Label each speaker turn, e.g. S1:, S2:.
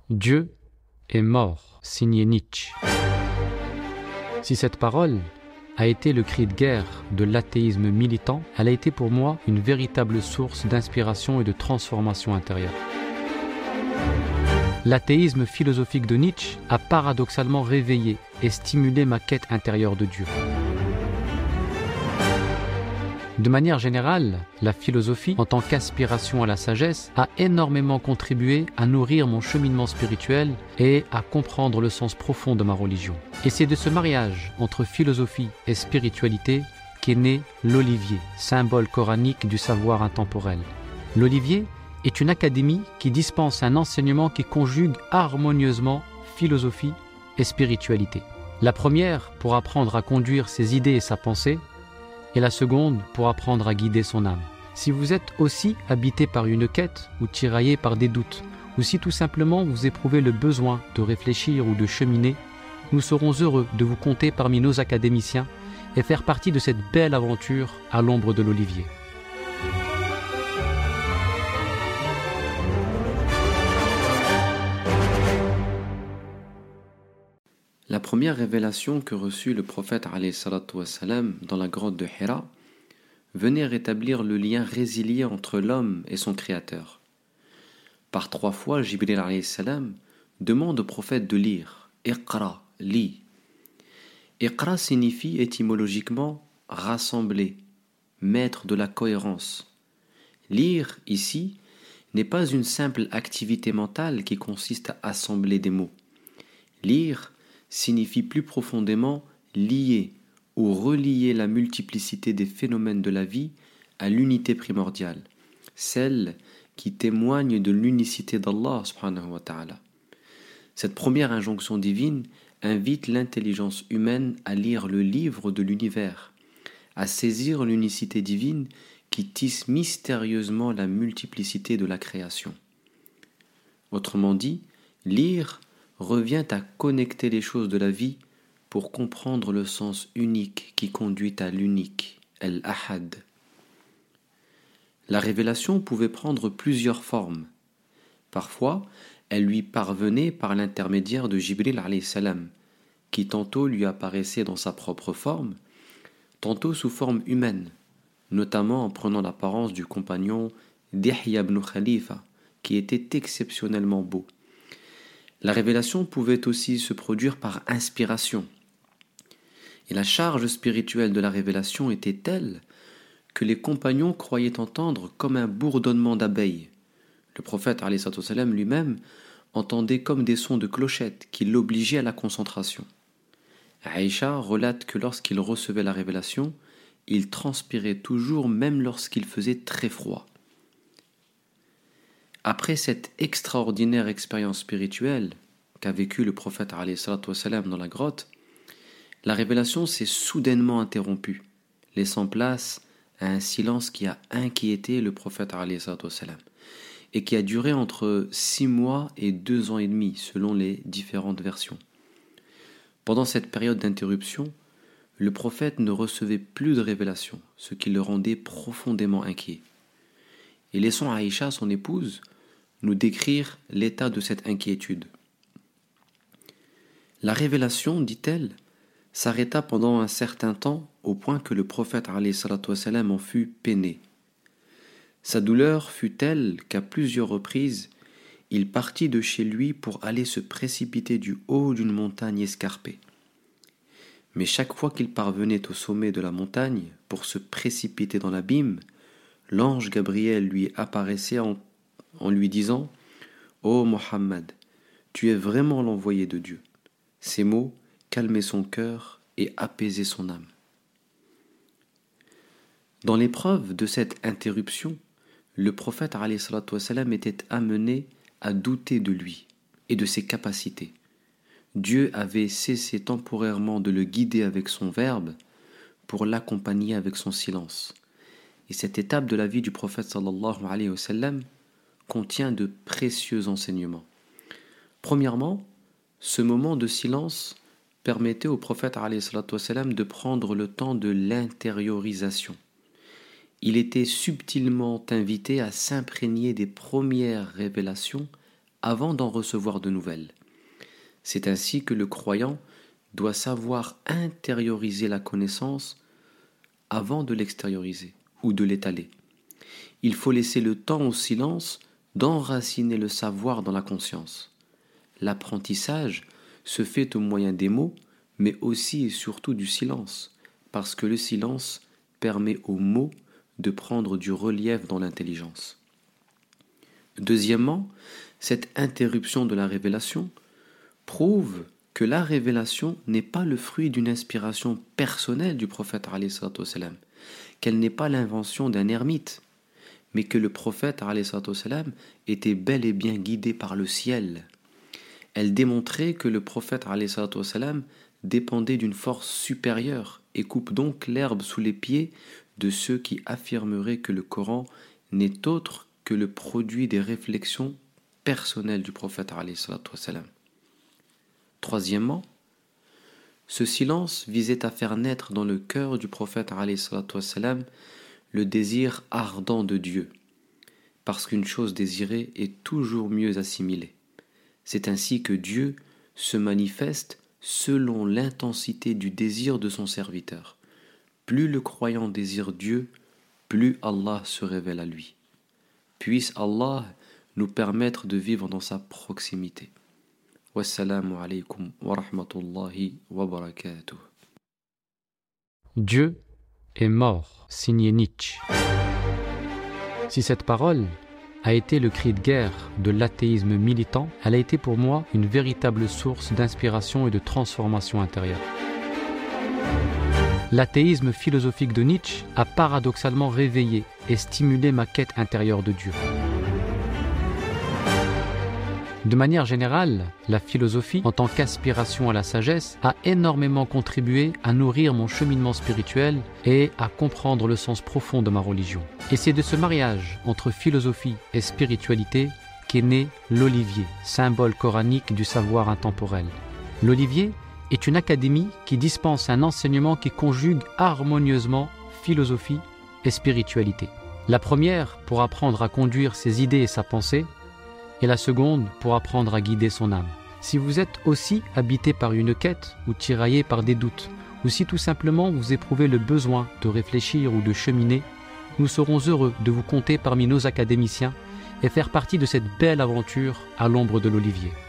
S1: Dieu est mort, signé Nietzsche. Si cette parole a été le cri de guerre de l'athéisme militant, elle a été pour moi une véritable source d'inspiration et de transformation intérieure. L'athéisme philosophique de Nietzsche a paradoxalement réveillé et stimulé ma quête intérieure de Dieu. De manière générale, la philosophie, en tant qu'aspiration à la sagesse, a énormément contribué à nourrir mon cheminement spirituel et à comprendre le sens profond de ma religion. Et c'est de ce mariage entre philosophie et spiritualité qu'est né l'Olivier, symbole coranique du savoir intemporel. L'Olivier est une académie qui dispense un enseignement qui conjugue harmonieusement philosophie et spiritualité. La première pour apprendre à conduire ses idées et sa pensée, et la seconde pour apprendre à guider son âme. Si vous êtes aussi habité par une quête ou tiraillé par des doutes, ou si tout simplement vous éprouvez le besoin de réfléchir ou de cheminer, nous serons heureux de vous compter parmi nos académiciens et faire partie de cette belle aventure à l'ombre de l'Olivier.
S2: La première révélation que reçut le prophète dans la grotte de Hira venait rétablir le lien résilié entre l'homme et son créateur. Par 3 fois, Jibril demande au prophète de lire « Iqra » lis. Iqra signifie étymologiquement « rassembler », mettre de la cohérence. Lire, ici, n'est pas une simple activité mentale qui consiste à assembler des mots. Lire signifie plus profondément lier ou relier la multiplicité des phénomènes de la vie à l'unité primordiale, celle qui témoigne de l'unicité d'Allah subhanahu wa ta'ala. Cette première injonction divine invite l'intelligence humaine à lire le livre de l'univers, à saisir l'unicité divine qui tisse mystérieusement la multiplicité de la création. Autrement dit, lire revient à connecter les choses de la vie pour comprendre le sens unique qui conduit à l'unique, Al-Ahad. La révélation pouvait prendre plusieurs formes. Parfois, elle lui parvenait par l'intermédiaire de Jibril alayhi salam, qui tantôt lui apparaissait dans sa propre forme, tantôt sous forme humaine, notamment en prenant l'apparence du compagnon Dihya ibn Khalifa, qui était exceptionnellement beau. La révélation pouvait aussi se produire par inspiration. Et la charge spirituelle de la révélation était telle que les compagnons croyaient entendre comme un bourdonnement d'abeilles. Le prophète ﷺ lui-même entendait comme des sons de clochettes qui l'obligeaient à la concentration. Aïcha relate que lorsqu'il recevait la révélation, il transpirait toujours même lorsqu'il faisait très froid. Après cette extraordinaire expérience spirituelle qu'a vécue le prophète dans la grotte, la révélation s'est soudainement interrompue, laissant place à un silence qui a inquiété le prophète et qui a duré entre 6 mois et 2 ans et demi selon les différentes versions. Pendant cette période d'interruption, le prophète ne recevait plus de révélation, ce qui le rendait profondément inquiet. Et laissons Aïcha, son épouse, nous décrire l'état de cette inquiétude. La révélation, dit-elle, s'arrêta pendant un certain temps au point que le prophète en fut peiné. Sa douleur fut telle qu'à plusieurs reprises, il partit de chez lui pour aller se précipiter du haut d'une montagne escarpée. Mais chaque fois qu'il parvenait au sommet de la montagne pour se précipiter dans l'abîme, l'ange Gabriel lui apparaissait en lui disant « Ô Mohammed, tu es vraiment l'envoyé de Dieu ». Ces mots calmaient son cœur et apaisaient son âme. Dans l'épreuve de cette interruption, le prophète était amené à douter de lui et de ses capacités. Dieu avait cessé temporairement de le guider avec son verbe pour l'accompagner avec son silence. Et cette étape de la vie du prophète sallallahu alayhi wa sallam contient de précieux enseignements. Premièrement, ce moment de silence permettait au prophète alayhi wa sallam de prendre le temps de l'intériorisation. Il était subtilement invité à s'imprégner des premières révélations avant d'en recevoir de nouvelles. C'est ainsi que le croyant doit savoir intérioriser la connaissance avant de l'extérioriser ou de l'étaler. Il faut laisser le temps au silence d'enraciner le savoir dans la conscience. L'apprentissage se fait au moyen des mots, mais aussi et surtout du silence, parce que le silence permet aux mots de prendre du relief dans l'intelligence. Deuxièmement, cette interruption de la révélation prouve que la révélation n'est pas le fruit d'une inspiration personnelle du prophète alayhi salatu wassalam, qu'elle n'est pas l'invention d'un ermite, mais que le prophète alayhi salatu wassalam était bel et bien guidé par le ciel. Elle démontrait que le prophète alayhi salatu wassalam dépendait d'une force supérieure et coupe donc l'herbe sous les pieds de ceux qui affirmeraient que le Coran n'est autre que le produit des réflexions personnelles du prophète alayhi salatu wassalam. Troisièmement, ce silence visait à faire naître dans le cœur du prophète alayhi salatu wassalam le désir ardent de Dieu, parce qu'une chose désirée est toujours mieux assimilée. C'est ainsi que Dieu se manifeste selon l'intensité du désir de son serviteur. Plus le croyant désire Dieu, plus Allah se révèle à lui. Puisse Allah nous permettre de vivre dans sa proximité. Wassalamu alaykum wa rahmatullahi wa barakatuh.
S1: Dieu est mort, signé Nietzsche. Si cette parole a été le cri de guerre de l'athéisme militant, elle a été pour moi une véritable source d'inspiration et de transformation intérieure. L'athéisme philosophique de Nietzsche a paradoxalement réveillé et stimulé ma quête intérieure de Dieu. De manière générale, la philosophie, en tant qu'aspiration à la sagesse, a énormément contribué à nourrir mon cheminement spirituel et à comprendre le sens profond de ma religion. Et c'est de ce mariage entre philosophie et spiritualité qu'est né l'olivier, symbole coranique du savoir intemporel. L'olivier est une académie qui dispense un enseignement qui conjugue harmonieusement philosophie et spiritualité. La première pour apprendre à conduire ses idées et sa pensée, et la seconde pour apprendre à guider son âme. Si vous êtes aussi habité par une quête ou tiraillé par des doutes, ou si tout simplement vous éprouvez le besoin de réfléchir ou de cheminer, nous serons heureux de vous compter parmi nos académiciens et faire partie de cette belle aventure à l'ombre de l'olivier.